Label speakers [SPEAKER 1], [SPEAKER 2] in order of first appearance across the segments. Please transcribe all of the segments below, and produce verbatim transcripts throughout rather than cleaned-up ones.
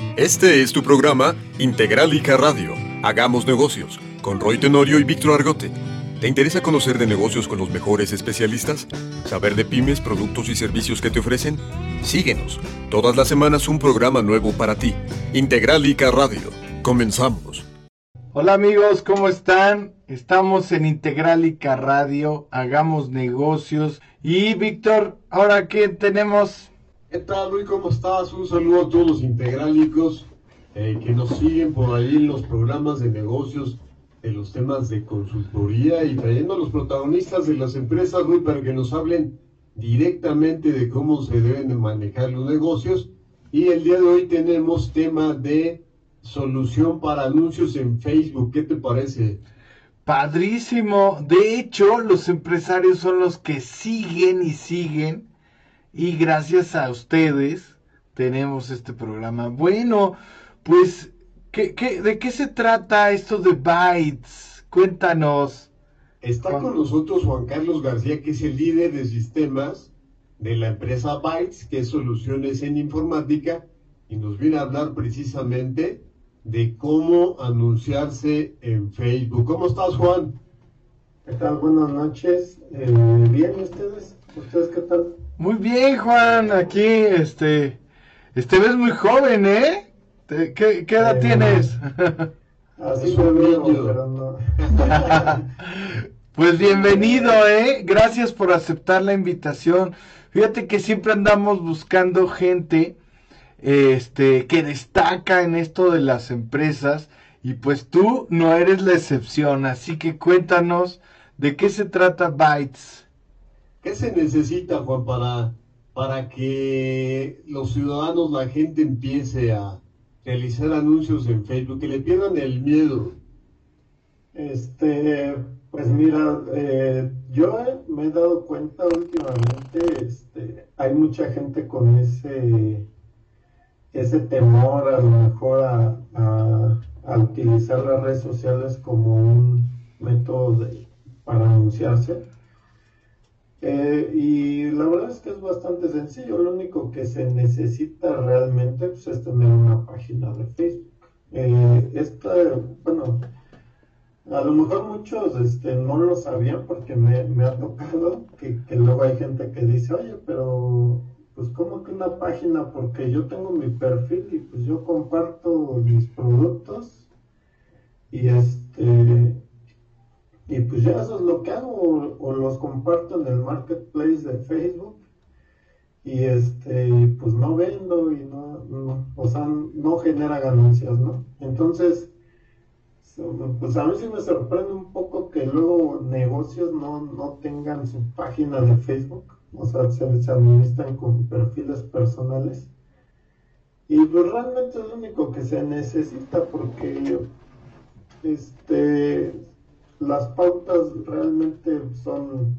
[SPEAKER 1] Este es tu programa Integralica Radio. Hagamos negocios con Roy Tenorio y Víctor Argote. ¿Te interesa conocer de negocios con los mejores especialistas? ¿Saber de pymes, productos y servicios que te ofrecen? Síguenos. Todas las semanas un programa nuevo para ti. Integralica Radio. Comenzamos.
[SPEAKER 2] Hola amigos, ¿cómo están? Estamos en Integralica Radio. Hagamos negocios. Y Víctor, ¿ahora qué tenemos?
[SPEAKER 3] ¿Qué tal, Luis? ¿Cómo estás? Un saludo a todos los integralicos eh, que nos siguen por ahí en los programas de negocios, en los temas de consultoría y trayendo a los protagonistas de las empresas, Luis, para que nos hablen directamente de cómo se deben de manejar los negocios. Y el día de hoy tenemos tema de solución para anuncios en Facebook. ¿Qué te parece?
[SPEAKER 2] Padrísimo. De hecho, los empresarios son los que siguen y siguen. Y gracias a ustedes tenemos este programa. Bueno, pues, ¿qué, qué, ¿de qué se trata esto de Bytes? Cuéntanos.
[SPEAKER 3] Está
[SPEAKER 2] Juan.
[SPEAKER 3] con nosotros Juan Carlos García, que es el líder de sistemas de la empresa Bytes, que es Soluciones en Informática, y nos viene a hablar precisamente de cómo anunciarse en Facebook. ¿Cómo estás, Juan?
[SPEAKER 4] ¿Qué tal? Buenas noches. Eh, ¿Bien ustedes? ¿Ustedes qué tal?
[SPEAKER 2] Muy bien, Juan, aquí, este, este ves muy joven, ¿eh? Te- ¿Qué, qué edad
[SPEAKER 4] Eh,
[SPEAKER 2] tienes?
[SPEAKER 4] Así
[SPEAKER 3] Es
[SPEAKER 4] me
[SPEAKER 3] un
[SPEAKER 4] veo,
[SPEAKER 3] niño.
[SPEAKER 4] pero no.
[SPEAKER 2] Pues bienvenido, ¿eh? Gracias por aceptar la invitación. Fíjate que siempre andamos buscando gente, este, que destaca en esto de las empresas, y pues tú no eres la excepción, así que cuéntanos de qué se trata Bytes.
[SPEAKER 3] ¿Qué se necesita, Juan, para, para que los ciudadanos, la gente empiece a realizar anuncios en Facebook, que le pierdan el miedo?
[SPEAKER 4] Este, pues mira, eh, yo eh, me he dado cuenta últimamente, este, hay mucha gente con ese, ese temor a lo mejor a, a, a utilizar las redes sociales como un método de, para anunciarse. Eh, y la verdad es que es bastante sencillo. Lo único que se necesita realmente, pues, es tener una página de Facebook. Eh, esta, bueno, a lo mejor muchos este, no lo sabían porque me, me ha tocado que, que luego hay gente que dice, oye, pero pues ¿cómo que una página? Porque yo tengo mi perfil y pues yo comparto mis productos y este... Y pues ya eso es lo que hago, o, o los comparto en el marketplace de Facebook y este, pues no vendo y no, no, o sea, no genera ganancias, ¿no? Entonces, so- pues a mí sí me sorprende un poco que luego negocios no, no tengan su página de Facebook, o sea, se, se administran con perfiles personales. Y pues realmente es lo único que se necesita porque este, las pautas realmente son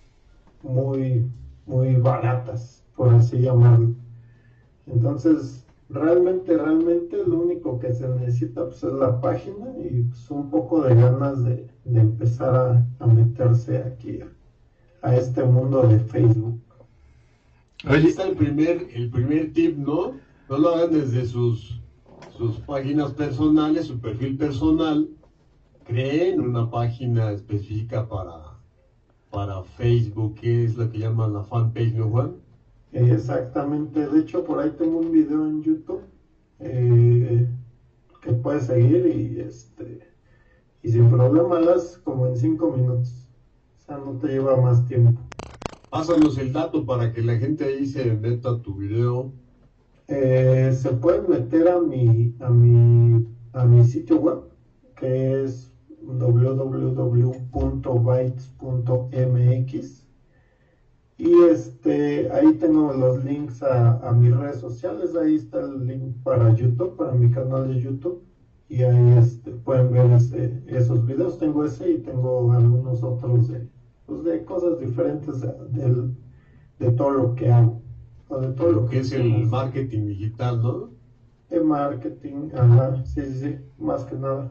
[SPEAKER 4] muy, muy baratas, por así llamarlo. Entonces, realmente, realmente lo único que se necesita pues, es la página y pues, un poco de ganas de, de empezar a, a meterse aquí a, a este mundo de Facebook.
[SPEAKER 3] Ahí
[SPEAKER 2] Oye,
[SPEAKER 3] está el primer, el primer tip, ¿no? No lo hagan desde sus, sus páginas personales, su perfil personal. Creen una página específica para, para Facebook, que es la que llaman la fanpage, ¿no, Juan?
[SPEAKER 4] Exactamente, de hecho por ahí tengo un video en YouTube eh, que puedes seguir y este y sin problema lo haces como en cinco minutos, o sea no te lleva más tiempo.
[SPEAKER 3] Pásanos el dato para que la gente ahí se meta a tu video.
[SPEAKER 4] Eh, se pueden meter a mi a mi a mi sitio web que es w w w punto bytes punto m x y este ahí tengo los links a, a mis redes sociales. Ahí está el link para YouTube, para mi canal de YouTube, y ahí este, pueden ver ese, esos videos. Tengo ese y tengo algunos otros de, pues, de cosas diferentes de, de, de todo lo que hago, o de todo
[SPEAKER 3] Lo que es el
[SPEAKER 4] hacemos.
[SPEAKER 3] marketing digital, ¿no?
[SPEAKER 4] De marketing, ajá, sí, sí, sí, más que nada.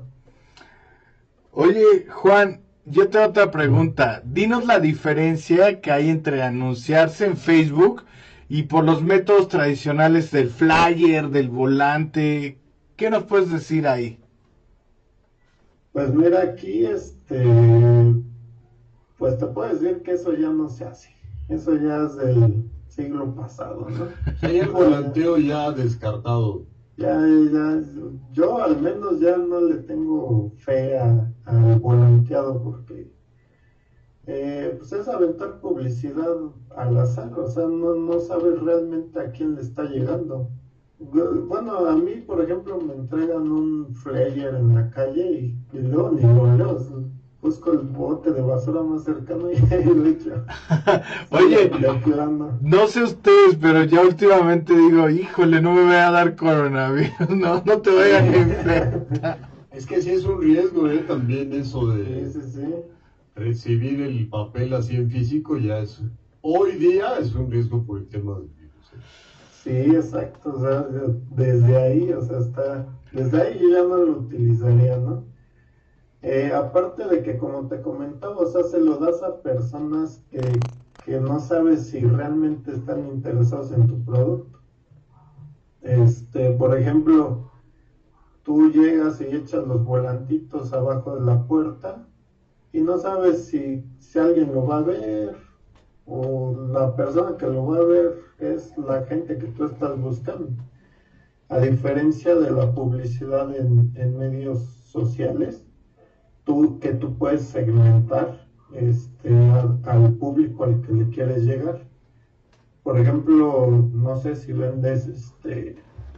[SPEAKER 2] oye, Juan, yo tengo otra pregunta. Dinos la diferencia que hay entre anunciarse en Facebook y por los métodos tradicionales del flyer, del volante. ¿Qué nos puedes decir ahí?
[SPEAKER 4] Pues mira, aquí, este, pues te puedo decir que eso ya no se hace. Eso ya es del siglo pasado, ¿no?
[SPEAKER 3] O sea, ya el volanteo ya descartado.
[SPEAKER 4] Ya, ya, yo al menos ya no le tengo fe a- al volanteado porque eh, pues es aventar publicidad al azar, o sea, no, no sabes realmente a quién le está llegando. Bu- Bueno, a mí, por ejemplo, me entregan un flyer en la calle y, y luego ni lo leo, o sea, busco el bote de basura más cercano y ahí lo echo.
[SPEAKER 2] Oye,
[SPEAKER 4] De plano.
[SPEAKER 2] no sé ustedes, pero ya últimamente digo, híjole, no me voy a dar coronavirus, no, no te vayan a infectar.
[SPEAKER 3] Es que sí es un riesgo, ¿eh? También eso
[SPEAKER 4] Sí,
[SPEAKER 3] de
[SPEAKER 4] sí, sí.
[SPEAKER 3] recibir el papel así en físico ya es, hoy día es un riesgo por el tema del virus. ¿eh?
[SPEAKER 4] Sí, exacto, o sea, de- desde ahí, o sea, está, desde ahí yo ya no lo utilizaría, ¿no? Eh, aparte de que, como te comentaba, o sea, se lo das a personas que, que no sabes si realmente están interesados en tu producto. Este, por ejemplo, tú llegas y echas los volantitos abajo de la puerta y no sabes si, si alguien lo va a ver o la persona que lo va a ver es la gente que tú estás buscando. A diferencia de la publicidad en, en medios sociales, tú, que tú puedes segmentar este, al, al público al que le quieres llegar. Por ejemplo, no sé si vendes este,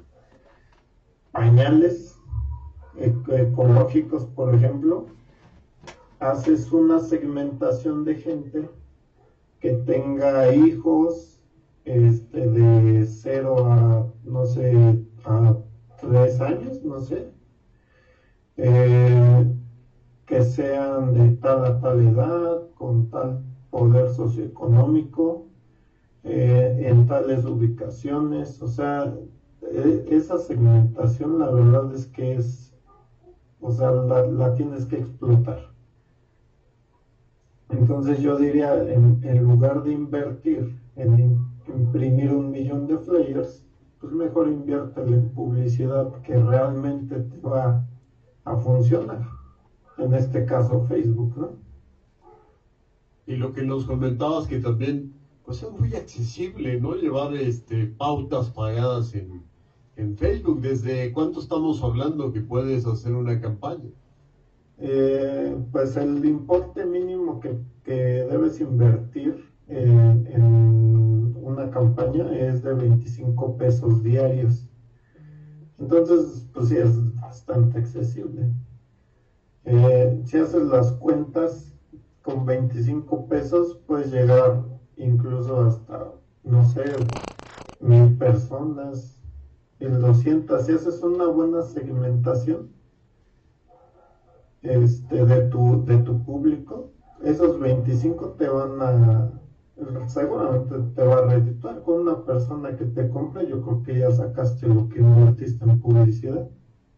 [SPEAKER 4] pañales eco- ecológicos, por ejemplo, haces una segmentación de gente que tenga hijos este, de cero a, no sé, a tres años, no sé, eh, que sean de tal a tal edad, con tal poder socioeconómico, eh, en tales ubicaciones, o sea, e- esa segmentación la verdad es que es, o sea, la, la tienes que explotar. Entonces yo diría, en, en lugar de invertir en im- imprimir un millón de flyers, pues mejor inviértele en publicidad que realmente te va a funcionar. En este caso Facebook, ¿no?
[SPEAKER 3] Y lo que nos comentabas que también, pues es muy accesible, ¿no? Llevar este, pautas pagadas en, en Facebook. ¿Desde cuánto estamos hablando que puedes hacer una campaña?
[SPEAKER 4] Eh, pues el importe mínimo que, que debes invertir en, en una campaña es de veinticinco pesos diarios. Entonces, pues sí, es bastante accesible. Eh, si haces las cuentas con veinticinco pesos, puedes llegar incluso hasta, no sé, mil personas, mil doscientas. Si haces una buena segmentación este, de tu, de tu público, esos veinticinco te van a, seguramente te va a redituar con una persona que te compre. Yo creo que ya sacaste lo que invertiste en publicidad.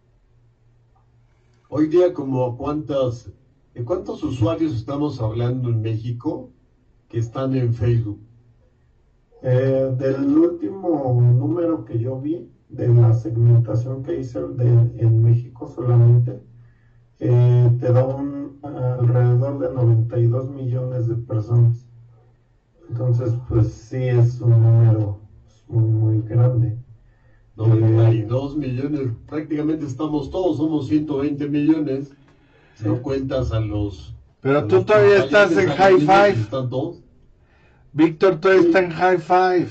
[SPEAKER 3] Hoy día, como cuántas, ¿de cuántos usuarios estamos hablando en México que están en Facebook?
[SPEAKER 4] Eh, del último número que yo vi de la segmentación que hice de, en México solamente, eh, te da un alrededor de noventa y dos millones de personas. Entonces, pues sí es un número muy, muy grande.
[SPEAKER 3] noventa y dos millones, prácticamente estamos todos, somos ciento veinte millones.
[SPEAKER 4] Sí.
[SPEAKER 3] No cuentas a los.
[SPEAKER 2] Pero
[SPEAKER 3] a
[SPEAKER 2] tú
[SPEAKER 3] los
[SPEAKER 2] todavía estás en
[SPEAKER 3] pantalletes, a
[SPEAKER 2] high
[SPEAKER 3] los niños que
[SPEAKER 2] five.
[SPEAKER 3] Están todos.
[SPEAKER 2] Víctor todavía está en high five.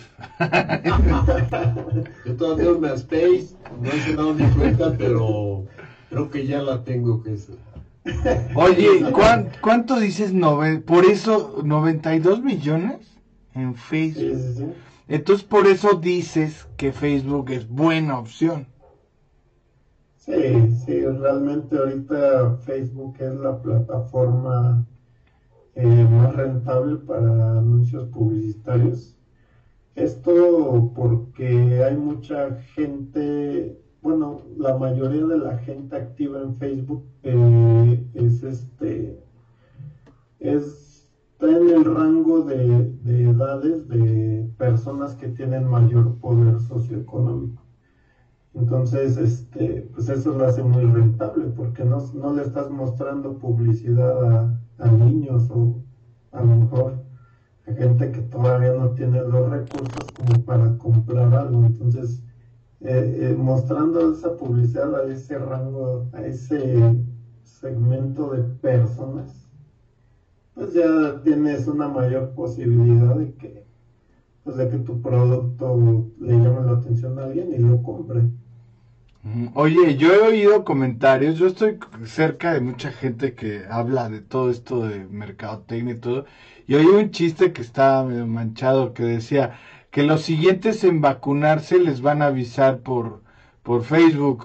[SPEAKER 3] Yo todavía tengo una Space, no se dado ni cuenta, pero creo que ya la tengo que ser.
[SPEAKER 2] Oye, ¿cuán- ¿cuánto dices? Nove- por eso, noventa y dos millones en
[SPEAKER 4] Sí,
[SPEAKER 2] Facebook.
[SPEAKER 4] sí, sí.
[SPEAKER 2] Entonces, por eso dices que Facebook es buena opción.
[SPEAKER 4] Sí, sí, realmente ahorita Facebook es la plataforma eh, más rentable para anuncios publicitarios. Esto porque hay mucha gente, bueno, la mayoría de la gente activa en Facebook eh, es este, es, está en el rango de, de edades de personas que tienen mayor poder socioeconómico. Entonces, este, pues eso lo hace muy rentable, porque no, no le estás mostrando publicidad a, a niños o a lo mejor a gente que todavía no tiene los recursos como para comprar algo. Entonces, eh, eh, mostrando esa publicidad a ese rango, a ese segmento de personas, pues ya tienes una mayor posibilidad de que, pues de que tu producto le llame la atención a alguien y lo compre.
[SPEAKER 2] Oye, yo he oído comentarios, yo estoy cerca de mucha gente que habla de todo esto de mercadotecnia y todo, y oí un chiste que estaba medio manchado que decía que los siguientes en vacunarse les van a avisar por, por Facebook,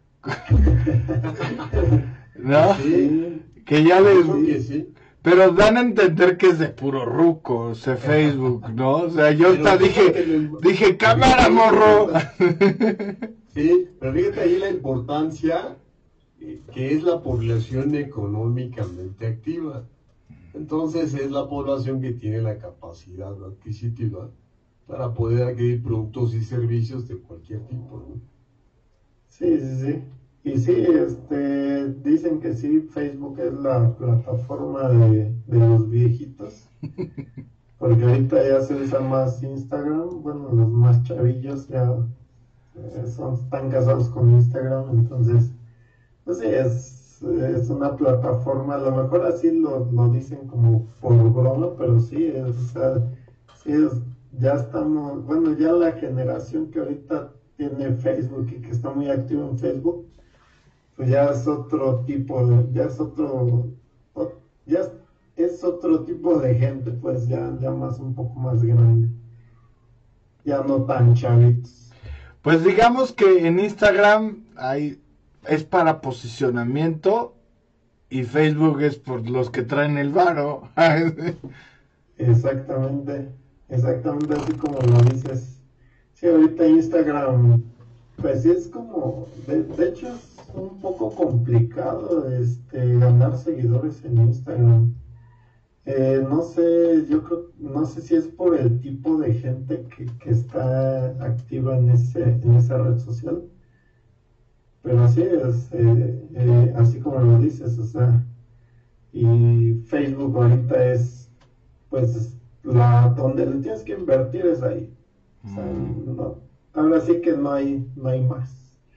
[SPEAKER 2] ¿no?
[SPEAKER 3] Sí,
[SPEAKER 2] Que ya
[SPEAKER 3] yo
[SPEAKER 2] les...
[SPEAKER 3] creo que sí.
[SPEAKER 2] Pero dan a entender que es de puro ruco, o sea, Facebook, ¿no? O sea, yo
[SPEAKER 3] Pero
[SPEAKER 2] hasta dije,
[SPEAKER 3] fíjate lo-
[SPEAKER 2] dije, cámara, morro.
[SPEAKER 3] Sí, pero fíjate ahí la importancia eh, que es la población económicamente activa. Entonces es la población que tiene la capacidad adquisitiva para poder adquirir productos y servicios de cualquier tipo, ¿no?
[SPEAKER 4] Sí, sí, sí. Y sí, este, dicen que sí, Facebook es la plataforma de, de los viejitos, porque ahorita ya se usa más Instagram, bueno, los más chavillos ya eh, son, están casados con Instagram, entonces, pues sí, es, es una plataforma, a lo mejor así lo, lo dicen como por broma, pero sí, es, o sea, sí es, ya estamos, bueno, ya la generación que ahorita tiene Facebook y que está muy activa en Facebook, pues ya es otro tipo de, ya es otro, o- ya es, es otro tipo de gente, pues ya, ya más un poco más grande, ya no tan chavitos.
[SPEAKER 2] Pues digamos que en Instagram hay, es para posicionamiento y Facebook es por los que traen el varo.
[SPEAKER 4] Exactamente, exactamente así como lo dices. Sí, ahorita Instagram, pues sí es como, de, de hecho es un poco complicado este, ganar seguidores en Instagram. Eh, no sé, yo creo, no sé si es por el tipo de gente que, que está activa en ese, en esa red social, pero así es, eh, eh, así como lo dices, o sea, y Facebook ahorita es, pues, la, donde le tienes que invertir es ahí, o sea, no, ahora sí que no hay, no hay más.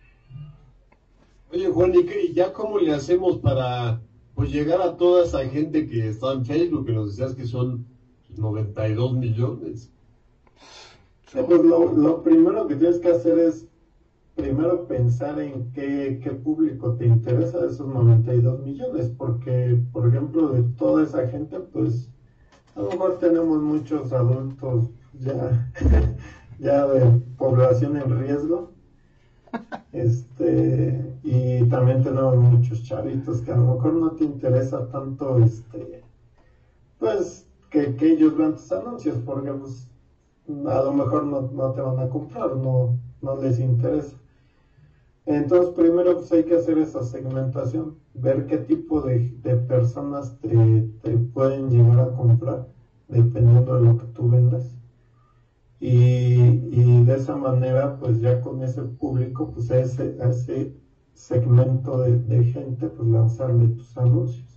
[SPEAKER 3] Oye, Juan, ¿y qué- ya cómo le hacemos para pues llegar a toda esa gente que está en Facebook, que nos decías que son noventa y dos millones?
[SPEAKER 4] Sí, pues lo, lo primero que tienes que hacer es primero pensar en qué, qué público te interesa de esos noventa y dos millones, porque, por ejemplo, de toda esa gente, pues, a lo mejor tenemos muchos adultos ya, ya de población en riesgo, este, y también tenemos muchos chavitos que a lo mejor no te interesa tanto, este, pues, que, que ellos vean tus anuncios, porque, pues, a lo mejor no, no te van a comprar, no, no les interesa. Entonces, primero pues hay que hacer esa segmentación, ver qué tipo de, de personas te, te pueden llegar a comprar, dependiendo de lo que tú vendas. Y, y de esa manera, pues ya con ese público, pues a ese, a ese segmento de, de gente, pues lanzarle tus anuncios.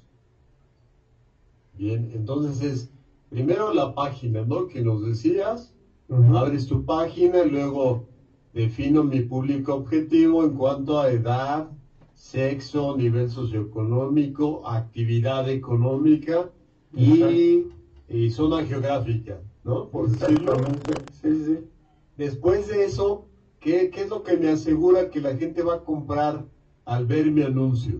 [SPEAKER 3] Bien, entonces es primero la página, ¿no? Que nos decías,
[SPEAKER 4] Ujú.
[SPEAKER 3] abres tu página, luego defino mi público objetivo en cuanto a edad, sexo, nivel socioeconómico, actividad económica y, y zona geográfica, ¿no? Por decirlo.
[SPEAKER 4] Exactamente, sí, sí.
[SPEAKER 3] Después de eso, ¿qué, qué es lo que me asegura que la gente va a comprar al ver mi anuncio?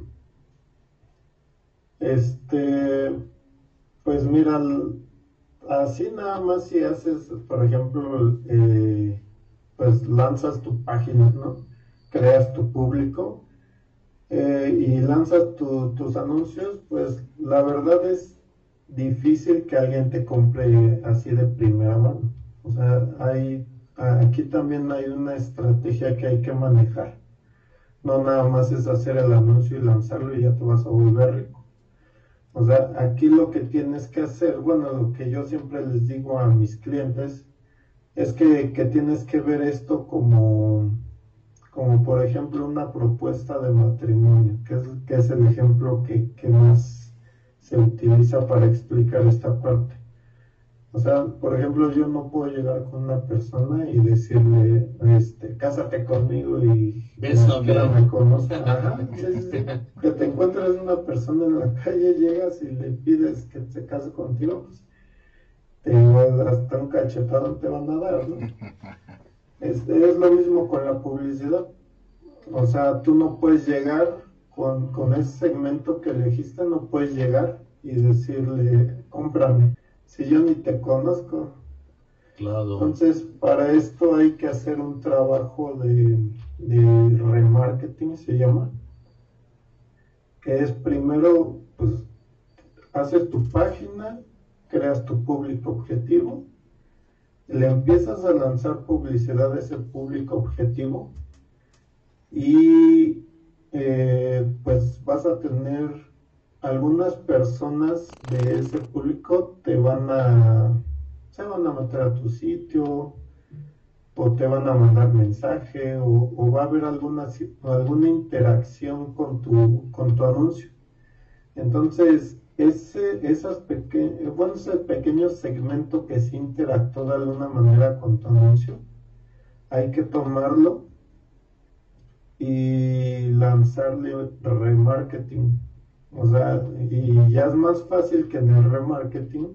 [SPEAKER 4] Este, pues mira, l- así nada más si haces, por ejemplo, eh, pues lanzas tu página, ¿no? Creas tu público eh, y lanzas tu- tus anuncios, pues la verdad es difícil que alguien te compre así de primera mano. O sea, hay, aquí también hay una estrategia que hay que manejar. No nada más es hacer el anuncio y lanzarlo y ya te vas a volver rico. O sea, aquí lo que tienes que hacer, bueno, lo que yo siempre les digo a mis clientes es que, que tienes que ver esto como, como por ejemplo una propuesta de matrimonio, que es, que es el ejemplo que, que más se utiliza para explicar esta parte. O sea, por ejemplo, yo no puedo llegar con una persona y decirle, este, cásate conmigo y
[SPEAKER 3] Bésame.
[SPEAKER 4] que me conozca. Ajá, sí, sí, sí. Que te encuentres una persona en la calle, llegas y le pides que se case contigo, pues te, hasta un cachetado te van a dar, ¿no? Es, es lo mismo con la publicidad. O sea, tú no puedes llegar con, con ese segmento que elegiste, no puedes llegar y decirle, cómprame, si yo ni te conozco.
[SPEAKER 3] Claro.
[SPEAKER 4] Entonces, para esto hay que hacer un trabajo de, de remarketing, se llama, que es primero, pues, haces tu página, creas tu público objetivo, le empiezas a lanzar publicidad a ese público objetivo y eh, pues vas a tener algunas personas de ese público te van a se van a meter a tu sitio o te van a mandar mensaje o, o va a haber alguna alguna interacción con tu con tu anuncio. Entonces ese esas pequeñas bueno ese pequeño segmento que se interactúa de alguna manera con tu anuncio hay que tomarlo y lanzarle remarketing. O sea, y ya es más fácil que en el remarketing,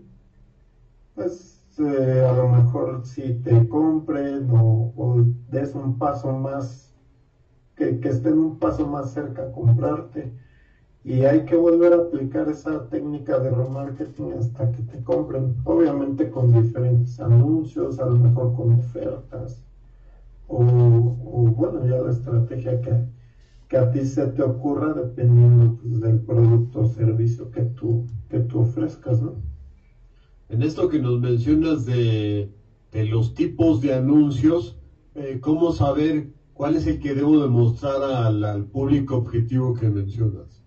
[SPEAKER 4] pues eh, a lo mejor si te compren o, o des un paso más, que, que estén un paso más cerca a comprarte. Y hay que volver a aplicar esa técnica de remarketing hasta que te compren. Obviamente con diferentes anuncios, a lo mejor con ofertas. O, o bueno, ya la estrategia que, que a ti se te ocurra dependiendo pues, del producto o servicio que tú, que tú ofrezcas, ¿no?
[SPEAKER 3] En esto que nos mencionas de, de los tipos de anuncios, eh, ¿cómo saber cuál es el que debo demostrar al, al público objetivo que mencionas?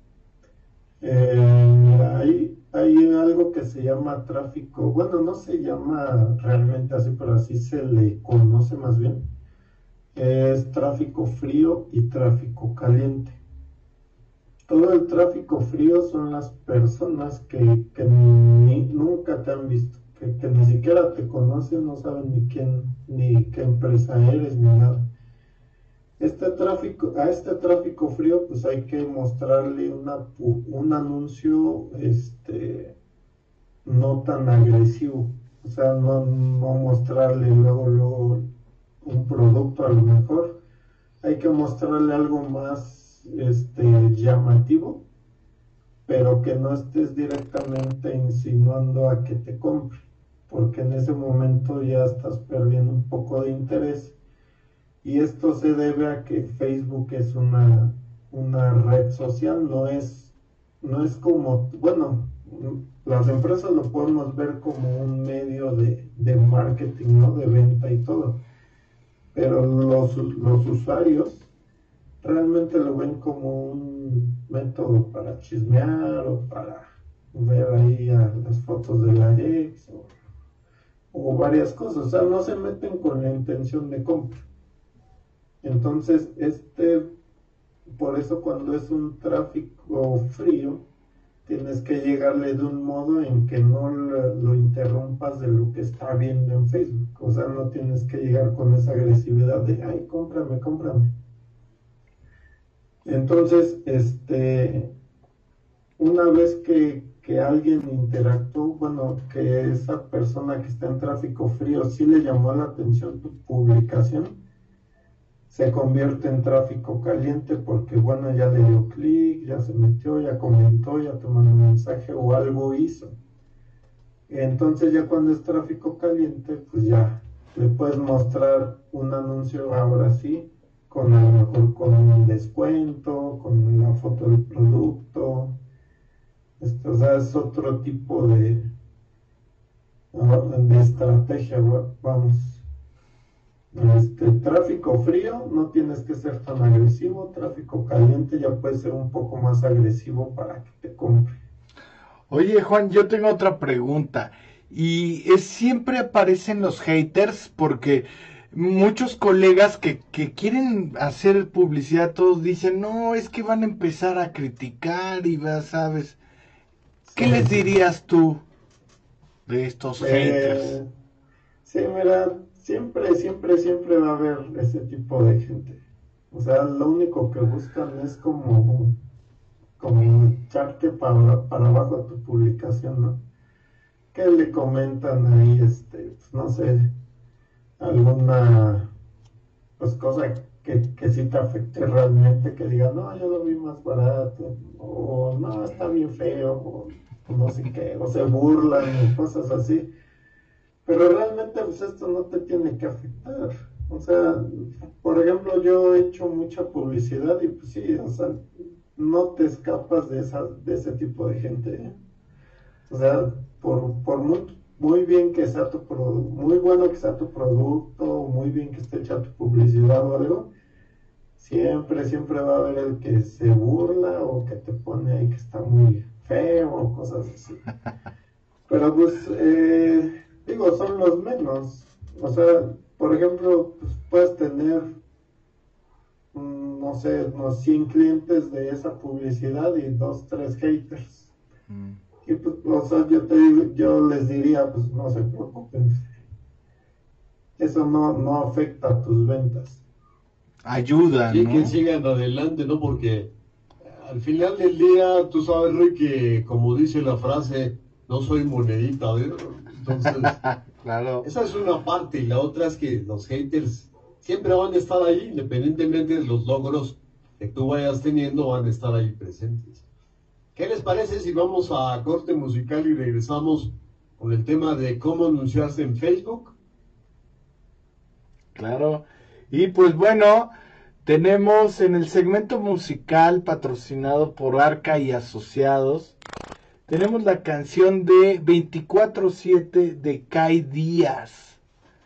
[SPEAKER 4] Eh, mira, hay, hay algo que se llama tráfico, bueno, no se llama realmente así, pero así se le conoce más bien. Es tráfico frío y tráfico caliente. Todo el tráfico frío son las personas que, que ni, nunca te han visto, que, que ni siquiera te conocen, no saben ni quién, ni qué empresa eres, ni nada. Este tráfico, a este tráfico frío, pues hay que mostrarle una, un anuncio este, no tan agresivo. O sea, no, no mostrarle luego, luego un producto a lo mejor, hay que mostrarle algo más este, llamativo, pero que no estés directamente insinuando a que te compre, porque en ese momento ya estás perdiendo un poco de interés, y esto se debe a que Facebook es una, una red social, no es, no es como, bueno, las empresas lo podemos ver como un medio de, de marketing, ¿no? De venta y todo. Pero los, los usuarios realmente lo ven como un método para chismear o para ver ahí a las fotos de la ex o, o varias cosas. O sea, no se meten con la intención de compra. Entonces, este, por eso cuando es un tráfico frío, tienes que llegarle de un modo en que no lo, lo interrumpas de lo que está viendo en Facebook. O sea, no tienes que llegar con esa agresividad de, ay, cómprame, cómprame. Entonces, este, una vez que, que alguien interactuó, bueno, que esa persona que está en tráfico frío sí le llamó la atención tu publicación, se convierte en tráfico caliente porque, bueno, ya le dio clic, ya se metió, ya comentó, ya te mandó un mensaje o algo hizo. Entonces ya cuando es tráfico caliente, pues ya le puedes mostrar un anuncio ahora sí, con a lo mejor con un descuento, con una foto del producto. Esto, o sea, es otro tipo de, de estrategia, vamos. Este, tráfico frío no tienes que ser tan agresivo, tráfico caliente ya puede ser un poco más agresivo para que te compre.
[SPEAKER 2] Oye, Juan, yo tengo otra pregunta. y es, siempre aparecen los haters porque muchos colegas que, que quieren hacer publicidad, todos dicen, no, es que van a empezar a criticar y va, ¿sabes? ¿Qué
[SPEAKER 4] Sí,
[SPEAKER 2] les
[SPEAKER 4] sí.
[SPEAKER 2] dirías tú de estos haters?
[SPEAKER 4] Eh, sí, mira, siempre, siempre, siempre va a haber ese tipo de gente. O sea, lo único que buscan es como, como echarte para, para abajo tu publicación, ¿no? Que le comentan ahí, este, pues, no sé, alguna pues cosa que, que sí te afecte realmente, que digan, no, yo lo vi más barato, o no, está bien feo, o, o no sé qué, o se burlan, o cosas así. Pero realmente pues esto no te tiene que afectar. O sea, por ejemplo, yo he hecho mucha publicidad y pues sí, o sea, no te escapas de esa, de ese tipo de gente, ¿eh? O sea, por, por muy, muy bien que sea tu producto, muy bueno que sea tu producto, muy bien que esté hecha tu publicidad o algo, siempre, siempre va a haber el que se burla o que te pone ahí que está muy feo o cosas así. Pero pues, eh, digo, son los menos. O sea, por ejemplo, pues puedes tener, mm, no sé, unos cien clientes de esa publicidad y dos, tres haters.
[SPEAKER 2] Mm.
[SPEAKER 4] Y pues, o sea, yo te digo, yo les diría, pues no se preocupen. Eso no, no afecta a tus ventas.
[SPEAKER 2] Ayuda,
[SPEAKER 3] Sí, que
[SPEAKER 2] ¿no?
[SPEAKER 3] sigan adelante, ¿no? Porque al final del día, tú sabes, Rui, que como dice la frase, no soy monedita de oro. Entonces,
[SPEAKER 2] Claro.
[SPEAKER 3] esa es una parte, y la otra es que los haters siempre van a estar ahí, independientemente de los logros que tú vayas teniendo, van a estar ahí presentes. ¿Qué les parece si vamos a corte musical y regresamos con el tema de cómo anunciarse en Facebook?
[SPEAKER 2] Claro. Y pues bueno, tenemos en el segmento musical patrocinado por Arca y Asociados, tenemos la canción de veinticuatro siete de Kai Díaz.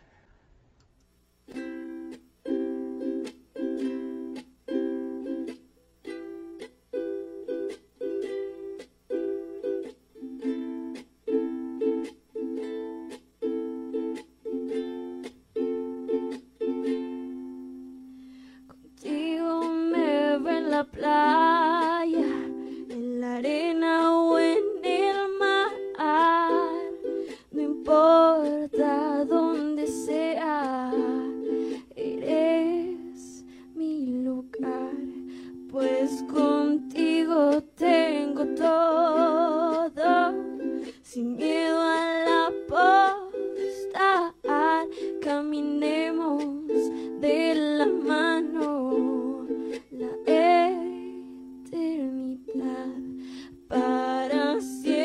[SPEAKER 5] Contigo me veo en la playa, en la arena o en el mar. No importa dónde sea, eres mi lugar. Pues contigo tengo todo, sin miedo a la postal. Caminemos de la mano la eternidad para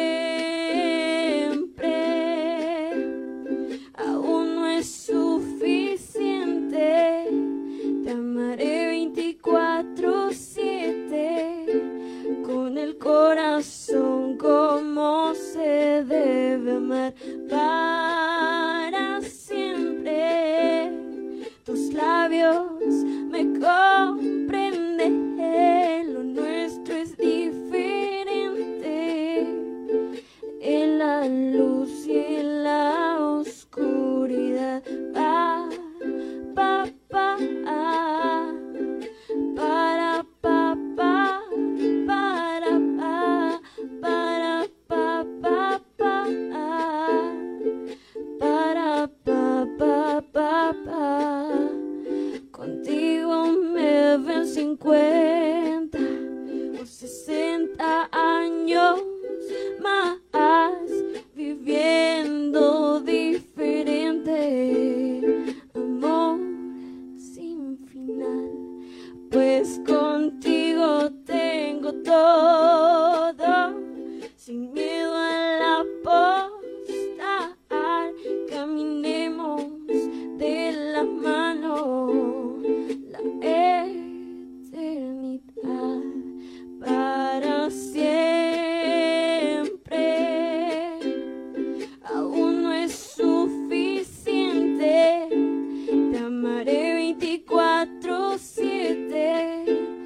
[SPEAKER 5] siempre. Aún no es suficiente, te amaré veinticuatro siete, con el corazón como se debe amar para siempre. Tus labios me comprenden, lo nuestro es diferente, en la luz y en la oscuridad. Pa, pa, pa, ah, para, pa, pa, para, pa, para, pa, pa, pa, ah, para, pa, pa, pa, pa. Contigo me ven cincuenta o sesenta años más, viviendo diferente, amor sin final. Pues contigo tengo todo, sin miedo a la postal. Caminemos de la mano la eternidad para siempre. Aún no es suficiente, te amaré veinticuatro siete,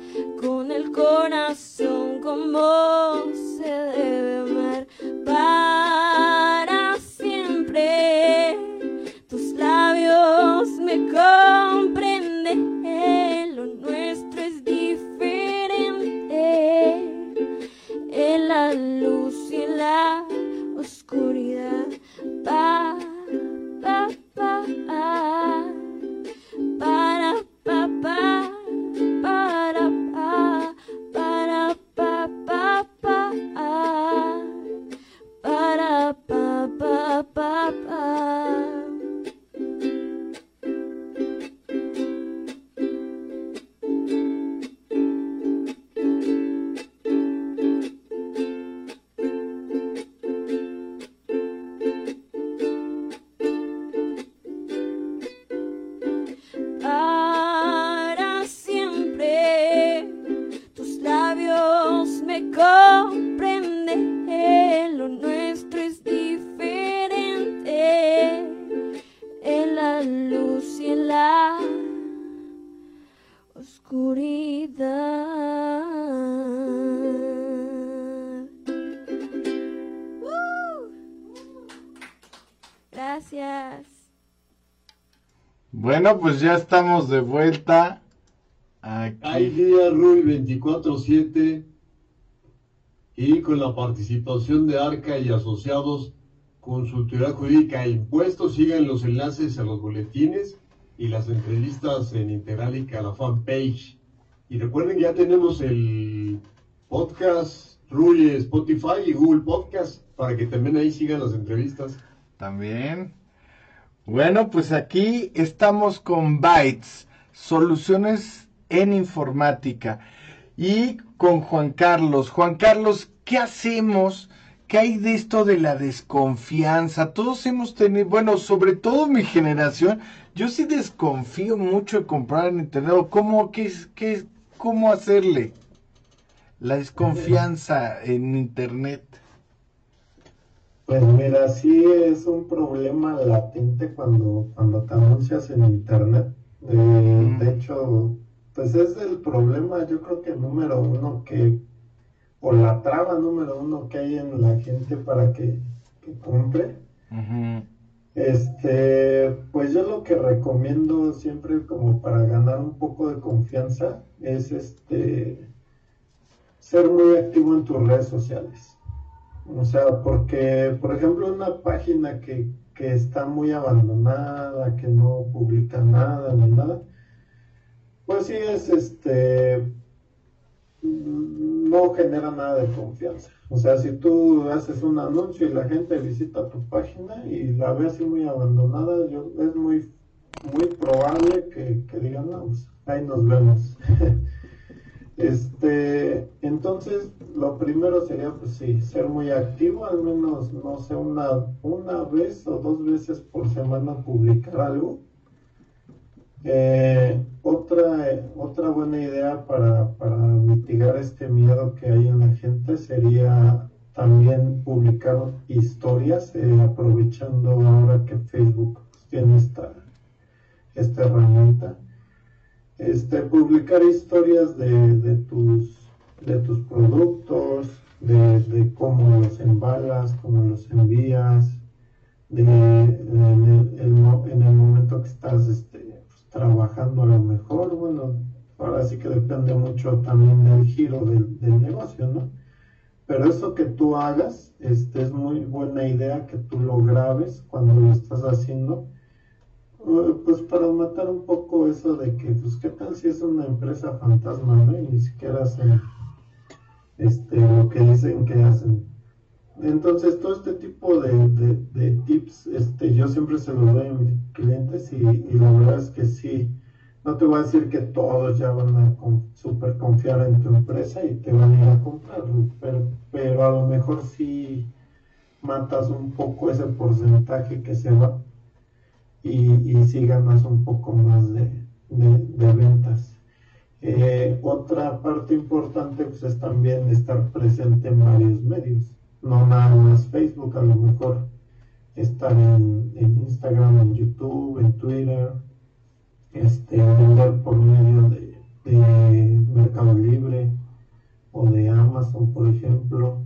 [SPEAKER 2] Bueno, pues ya estamos de vuelta aquí.
[SPEAKER 3] Hay día Rui veinticuatro siete y con la participación de Arca y asociados, consultoría jurídica e impuestos. Sigan los enlaces a los boletines y las entrevistas en Integralica, la fanpage. Y recuerden, ya tenemos el podcast Rui, Spotify y Google Podcast para que también ahí sigan las entrevistas.
[SPEAKER 2] También. Bueno, pues aquí estamos con Bytes, soluciones en informática. Y con Juan Carlos. Juan Carlos, ¿qué hacemos? ¿Qué hay de esto de la desconfianza? Todos hemos tenido, bueno, sobre todo mi generación, yo sí desconfío mucho de comprar en internet. ¿Cómo, qué, qué, cómo hacerle? La desconfianza en internet.
[SPEAKER 4] Pues mira, sí es un problema latente cuando, cuando te anuncias en internet. Eh,
[SPEAKER 2] Mm.
[SPEAKER 4] de hecho, pues es el problema, yo creo que número uno que, o la traba número uno que hay en la gente para que, que compre.
[SPEAKER 2] Ujú.
[SPEAKER 4] Este, pues yo lo que recomiendo siempre como para ganar un poco de confianza es este ser muy activo en tus redes sociales. O sea, porque, por ejemplo, una página que, que está muy abandonada, que no publica nada ni nada, pues sí es este, no genera nada de confianza. O sea, si tú haces un anuncio y la gente visita tu página y la ve así muy abandonada, yo, es muy, muy probable que, que digan, no, pues ahí nos vemos. Este, entonces, lo primero sería, pues sí, ser muy activo, al menos, no sé, una, una vez o dos veces por semana publicar algo. Eh, otra, eh, otra buena idea para, para mitigar este miedo que hay en la gente sería también publicar historias, eh, aprovechando ahora que Facebook tiene esta, esta herramienta. Este, publicar historias de, de, tus, de tus productos, de, de cómo los embalas, cómo los envías, de, en, el, el, en el momento que estás este, pues, trabajando a lo mejor. Bueno, ahora sí que depende mucho también del giro del, del negocio, ¿no? Pero eso que tú hagas, este, es muy buena idea que tú lo grabes cuando lo estás haciendo. Pues para matar un poco eso de que, pues qué tal si es una empresa fantasma, ¿no? Y ni siquiera hacen este, lo que dicen que hacen. Entonces todo este tipo de, de, de tips, este, yo siempre se los doy a mis clientes y, y la verdad es que sí, no te voy a decir que todos ya van a con, super confiar en tu empresa y te van a ir a comprar, pero, pero a lo mejor sí matas un poco ese porcentaje que se va. Y, y sí ganas un poco más de, de, de ventas. Eh, otra parte importante pues, es también estar presente en varios medios, no nada más Facebook, a lo mejor estar en, en Instagram, en YouTube, en Twitter, este, vender por medio de, de Mercado Libre o de Amazon, por ejemplo.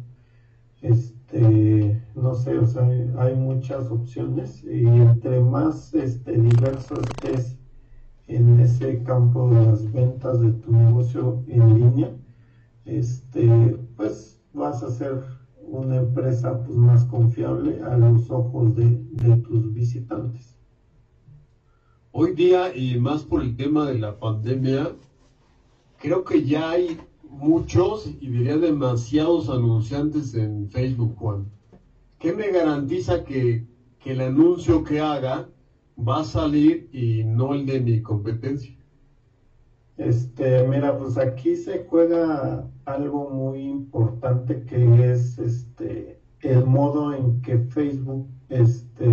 [SPEAKER 4] Este, no sé, o sea, hay, hay muchas opciones y entre más este, diverso estés en ese campo de las ventas de tu negocio en línea, este, pues vas a ser una empresa pues, más confiable a los ojos de, de tus visitantes.
[SPEAKER 3] Hoy día, y más por el tema de la pandemia, creo que ya hay muchos y diría demasiados anunciantes en Facebook, Juan. ¿Qué me garantiza que, que el anuncio que haga va a salir y no el de mi competencia?
[SPEAKER 4] Este, mira, pues aquí se juega algo muy importante que es este el modo en que Facebook este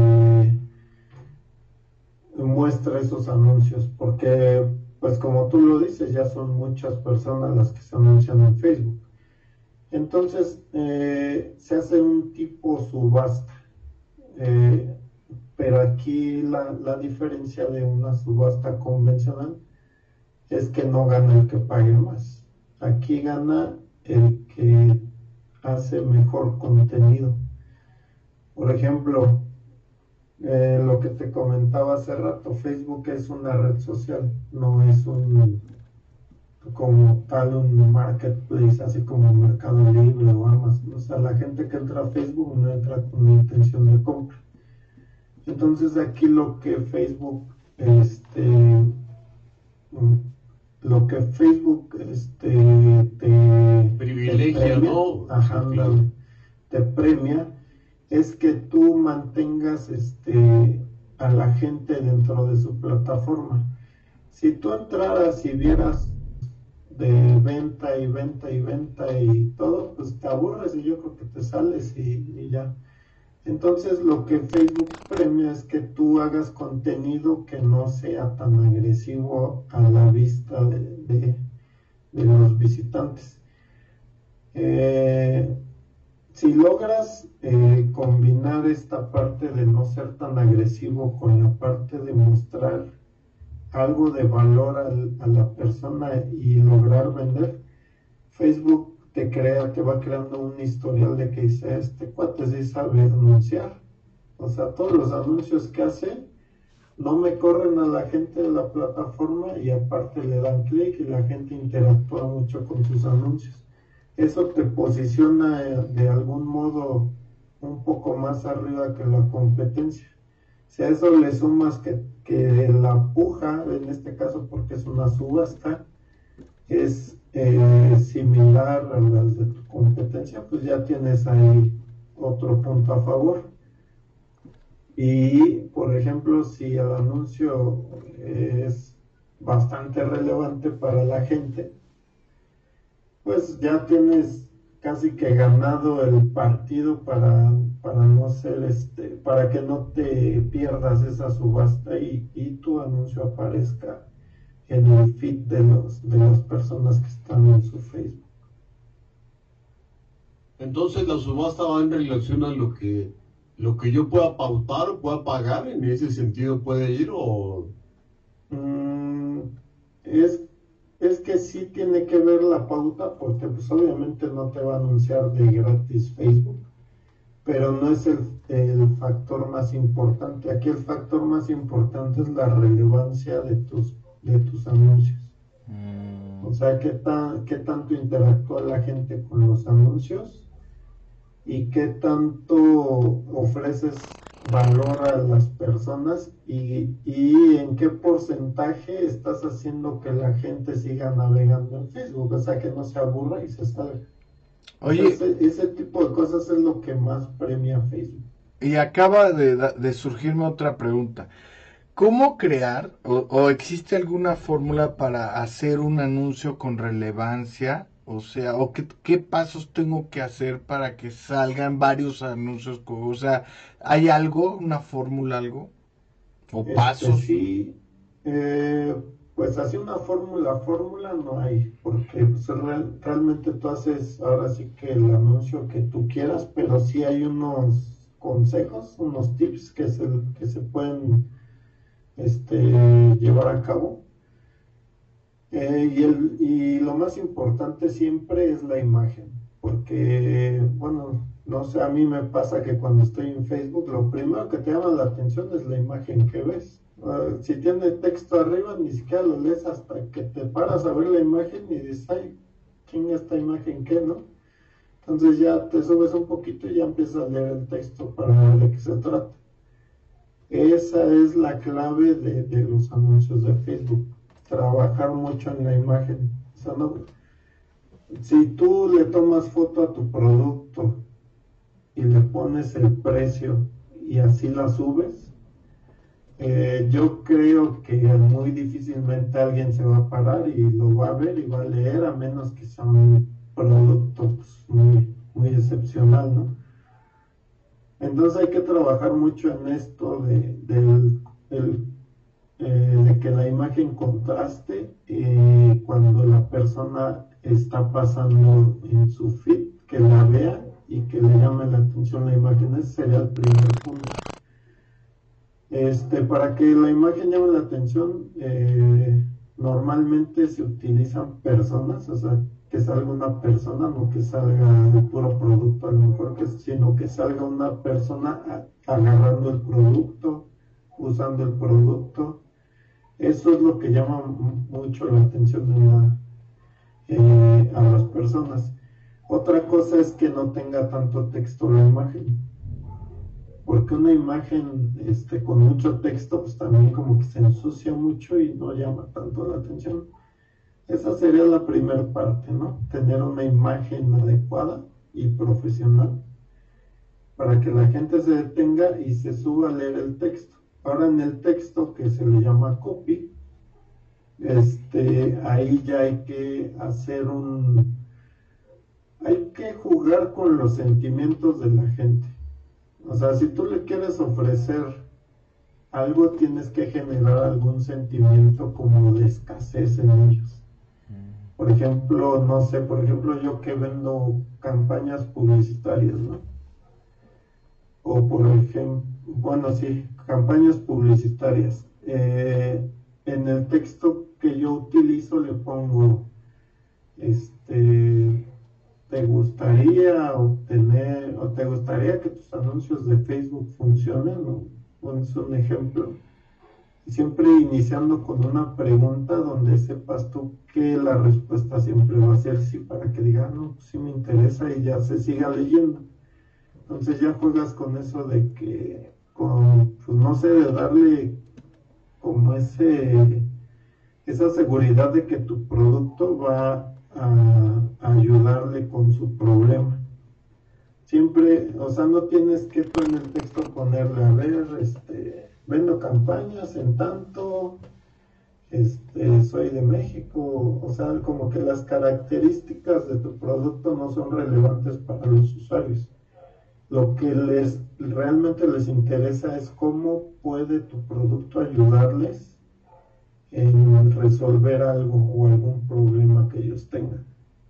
[SPEAKER 4] muestra esos anuncios, porque pues como tú lo dices, ya son muchas personas las que se anuncian en Facebook. Entonces, eh, se hace un tipo subasta. Eh, pero aquí la, la diferencia de una subasta convencional es que no gana el que pague más. Aquí gana el que hace mejor contenido. Por ejemplo, Eh, lo que te comentaba hace rato, Facebook es una red social, no es un como tal un marketplace, así como Mercado Libre o Amazon. O sea, la gente que entra a Facebook no entra con la intención de compra. Entonces aquí lo que Facebook, este, lo que Facebook, este, te
[SPEAKER 3] privilegia,
[SPEAKER 4] te premia,
[SPEAKER 3] ¿no?
[SPEAKER 4] ajá, ándale, te premia, es que tú mantengas, este, a la gente dentro de su plataforma. Si tú entraras y vieras de venta y venta y venta y todo, pues te aburres y yo creo que te sales y, y ya. Entonces lo que Facebook premia es que tú hagas contenido que no sea tan agresivo a la vista de, de, de los visitantes. Eh, si logras eh, combinar esta parte de no ser tan agresivo con la parte de mostrar algo de valor al, a la persona y lograr vender, Facebook te crea, te va creando un historial de que dice, este cuate sí sabe anunciar. O sea, todos los anuncios que hace no me corren a la gente de la plataforma y aparte le dan clic y la gente interactúa mucho con sus anuncios. Eso te posiciona eh, de algún modo un poco más arriba que la competencia. Si a eso le sumas que, que la puja, en este caso porque es una subasta, es eh, similar a las de tu competencia, pues ya tienes ahí otro punto a favor. Y, por ejemplo, si el anuncio es bastante relevante para la gente, pues ya tienes casi que ganado el partido para, para no ser este, para que no te pierdas esa subasta y, y tu anuncio aparezca en el feed de los de las personas que están en su Facebook.
[SPEAKER 3] Entonces la subasta va en relación a lo que lo que yo pueda pautar o pueda pagar, en ese sentido puede ir o
[SPEAKER 4] Mm, es Es que sí tiene que ver la pauta porque pues obviamente no te va a anunciar de gratis Facebook, pero no es el, el factor más importante. Aquí el factor más importante es la relevancia de tus, de tus anuncios. Mm. O sea, qué, tan, qué tanto interactúa la gente con los anuncios y qué tanto ofreces valor a las personas y, y en qué porcentaje estás haciendo que la gente siga navegando en Facebook, o sea, que no se aburra y se salga.
[SPEAKER 2] Oye,
[SPEAKER 4] o sea, ese, ese tipo de cosas es lo que más premia Facebook.
[SPEAKER 2] Y acaba de, de surgirme otra pregunta. ¿Cómo crear o, o existe alguna fórmula para hacer un anuncio con relevancia? O sea, ¿o qué, qué pasos tengo que hacer para que salgan varios anuncios? O sea, ¿hay algo, una fórmula, algo? ¿O
[SPEAKER 4] Este,
[SPEAKER 2] pasos?
[SPEAKER 4] sí, eh, pues así una fórmula, fórmula no hay, porque pues, real- realmente tú haces ahora sí que el anuncio que tú quieras, pero sí hay unos consejos, unos tips que se, que se pueden este, llevar a cabo. Eh, y, el, y lo más importante siempre es la imagen, porque, bueno, no sé, a mí me pasa que cuando estoy en Facebook, lo primero que te llama la atención es la imagen que ves. Uh, si tiene texto arriba, ni siquiera lo lees hasta que te paras a ver la imagen y dices, ay, ¿quién es esta imagen qué, no? Entonces ya te subes un poquito y ya empiezas a leer el texto para ver de qué se trata. Esa es la clave de, de los anuncios de Facebook. Trabajar mucho en la imagen. O sea, no, si tú le tomas foto a tu producto y le pones el precio y así la subes, eh, yo creo que muy difícilmente alguien se va a parar y lo va a ver y va a leer, a menos que sea un producto pues, muy, muy excepcional, ¿no? Entonces hay que trabajar mucho en esto de, del, del Eh, de que la imagen contraste eh, cuando la persona está pasando en su feed, que la vea y que le llame la atención la imagen. Ese sería el primer punto. Este, para que la imagen llame la atención, eh, normalmente se utilizan personas, o sea, que salga una persona, no que salga el puro producto, a lo mejor que, sino que salga una persona a, agarrando el producto, usando el producto. Eso es lo que llama mucho la atención de la, eh, a las personas. Otra cosa es que no tenga tanto texto la imagen, porque una imagen este, con mucho texto pues también como que se ensucia mucho y no llama tanto la atención. Esa sería la primera parte, ¿no? Tener una imagen adecuada y profesional para que la gente se detenga y se suba a leer el texto. Ahora en el texto, que se le llama copy, este, ahí ya hay que hacer un... hay que jugar con los sentimientos de la gente. O sea, si tú le quieres ofrecer algo, tienes que generar algún sentimiento como de escasez en ellos. Por ejemplo, no sé, por ejemplo, yo que vendo campañas publicitarias, ¿no? O por ejemplo, bueno, sí, campañas publicitarias. Eh, en el texto que yo utilizo le pongo, este, ¿te gustaría obtener, o te gustaría que tus anuncios de Facebook funcionen? ¿No? Bueno, es un ejemplo. Siempre iniciando con una pregunta donde sepas tú que la respuesta siempre va a ser sí, para que digan, no, pues sí me interesa y ya se siga leyendo. Entonces ya juegas con eso de que, con, pues no sé, de darle como ese, esa seguridad de que tu producto va a, a ayudarle con su problema. Siempre, o sea, no tienes que tú en el texto ponerle, a ver, este, vendo campañas en tanto, este, soy de México, o sea, como que las características de tu producto no son relevantes para los usuarios. Lo que les realmente les interesa es cómo puede tu producto ayudarles en resolver algo o algún problema que ellos tengan.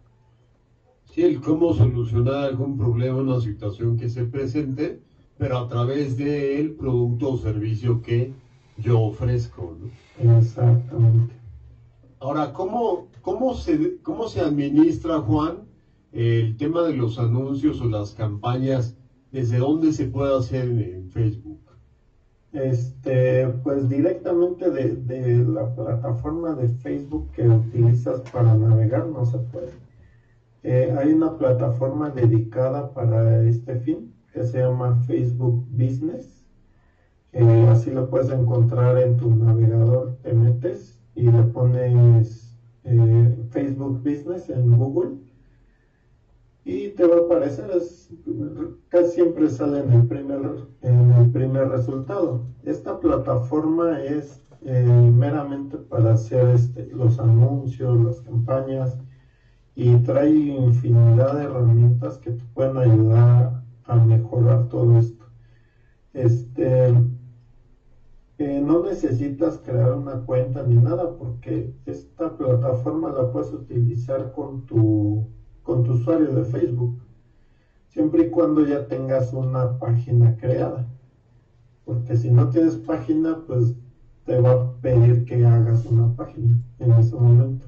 [SPEAKER 3] Sí, el cómo solucionar algún problema, una situación que se presente, pero a través del producto o servicio que yo ofrezco, ¿no?
[SPEAKER 4] Exactamente.
[SPEAKER 3] Ahora, ¿cómo, cómo, se, cómo se administra, Juan, el tema de los anuncios o las campañas? ¿Desde dónde se puede hacer en Facebook?
[SPEAKER 4] Este, pues directamente de, de la plataforma de Facebook que utilizas para navegar no se puede. Eh, hay una plataforma dedicada para este fin que se llama Facebook Business. Eh, así lo puedes encontrar en tu navegador, te metes y le pones eh, Facebook Business en Google y te va a aparecer, es, casi siempre sale en el primer, en el primer resultado. Esta plataforma es eh, meramente para hacer este, los anuncios, las campañas, y trae infinidad de herramientas que te pueden ayudar a mejorar todo esto. Este, eh, no necesitas crear una cuenta ni nada, porque esta plataforma la puedes utilizar con tu, con tu usuario de Facebook, siempre y cuando ya tengas una página creada. Porque si no tienes página, pues te va a pedir que hagas una página en ese momento.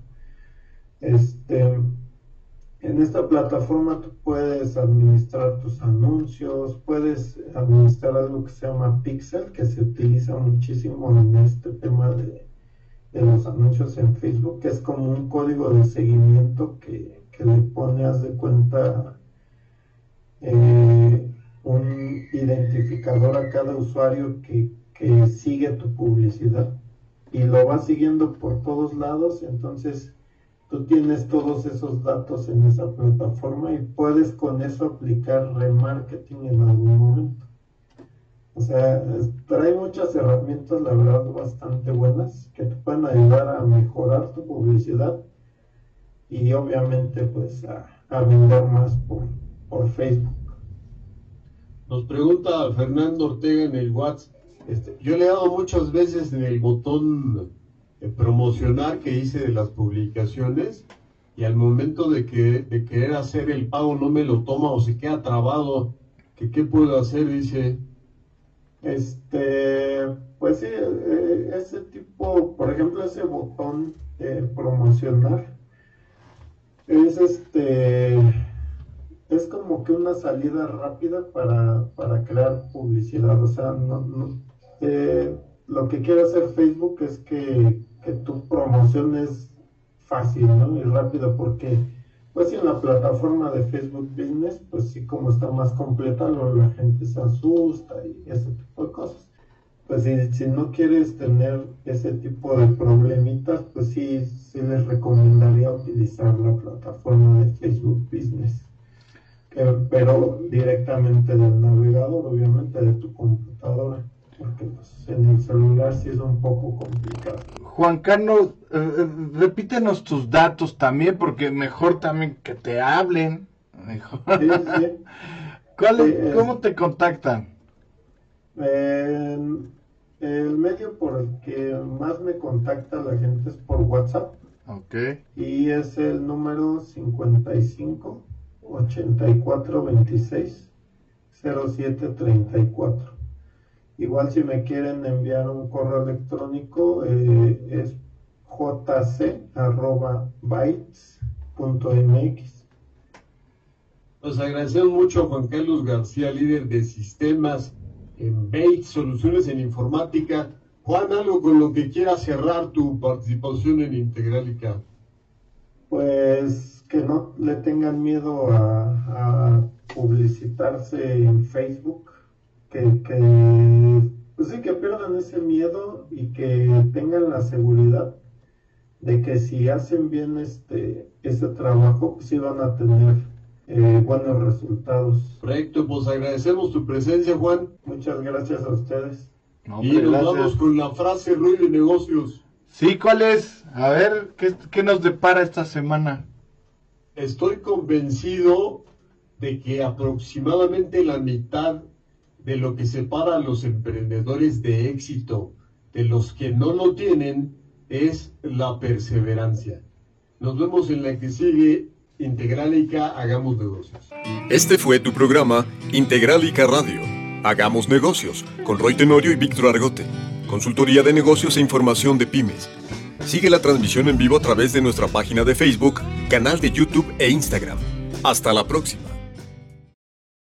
[SPEAKER 4] Este, en esta plataforma tú puedes administrar tus anuncios, puedes administrar algo que se llama Pixel, que se utiliza muchísimo en este tema de, de los anuncios en Facebook, que es como un código de seguimiento que, que le pone, haz de cuenta, eh, un identificador a cada usuario que, que sigue tu publicidad y lo va siguiendo por todos lados. Entonces tú tienes todos esos datos en esa plataforma y puedes con eso aplicar remarketing en algún momento. O sea, trae muchas herramientas, la verdad, bastante buenas que te pueden ayudar a mejorar tu publicidad y obviamente pues a, a vender más por, por Facebook.
[SPEAKER 3] Nos pregunta Fernando Ortega en el WhatsApp. Este, yo le he dado muchas veces en el botón de promocionar que hice de las publicaciones y al momento de, que, de querer hacer el pago no me lo toma o se queda trabado. ¿Qué, qué puedo hacer? Dice.
[SPEAKER 4] Este, pues sí, eh, ese tipo, por ejemplo, ese botón de promocionar, Es este, es como que una salida rápida para, para crear publicidad. O sea, no, no, eh, lo que quiere hacer Facebook es que, que tu promoción es fácil, ¿no? Y rápido, porque pues si en la plataforma de Facebook Business, pues sí, como está más completa, luego la gente se asusta y ese tipo de cosas. Pues si, si no quieres tener ese tipo de problemitas, pues sí, sí les recomendaría utilizar la plataforma de Facebook Business. Que, pero directamente del navegador, obviamente de tu computadora, porque pues en el celular sí es un poco complicado.
[SPEAKER 2] Juan Carlos, eh, repítenos tus datos también, porque mejor también que te hablen. Mejor.
[SPEAKER 4] Sí, sí.
[SPEAKER 2] ¿Cuál es,
[SPEAKER 4] Sí,
[SPEAKER 2] ¿Cómo te contactan?
[SPEAKER 4] Eh, el medio por el que más me contacta la gente es por WhatsApp.
[SPEAKER 2] Ok.
[SPEAKER 4] Y es el número cincuenta y cinco, ochenta y cuatro, veintiséis, cero siete treinta y cuatro. Igual si me quieren enviar un correo electrónico, eh, es jc arroba bytes punto mx.
[SPEAKER 3] Nos agradecemos mucho a Juan Carlos García, líder de sistemas en Bates, soluciones en informática. Juan, algo con lo que quiera cerrar tu participación en Integralica.
[SPEAKER 4] Pues que no le tengan miedo a, a publicitarse en Facebook, que, que, pues sí, que pierdan ese miedo y que tengan la seguridad de que si hacen bien este ese trabajo, pues sí van a tener eh, buenos resultados.
[SPEAKER 3] Correcto, pues agradecemos tu presencia, Juan.
[SPEAKER 4] Muchas gracias a ustedes.
[SPEAKER 2] No,
[SPEAKER 3] Y
[SPEAKER 2] hombre,
[SPEAKER 3] nos
[SPEAKER 2] gracias.
[SPEAKER 3] vamos con la frase Ruy de Negocios.
[SPEAKER 2] Sí, ¿cuál es? A ver, ¿qué, qué nos depara esta semana?
[SPEAKER 3] Estoy convencido de que aproximadamente la mitad de lo que separa a los emprendedores de éxito de los que no lo tienen es la perseverancia. Nos vemos en la que sigue. Integralica, hagamos negocios.
[SPEAKER 1] Este fue tu programa Integralica Radio. Hagamos negocios con Roy Tenorio y Víctor Argote. Consultoría de negocios e información de pymes. Sigue la transmisión en vivo a través de nuestra página de Facebook, canal de YouTube e Instagram. Hasta la próxima.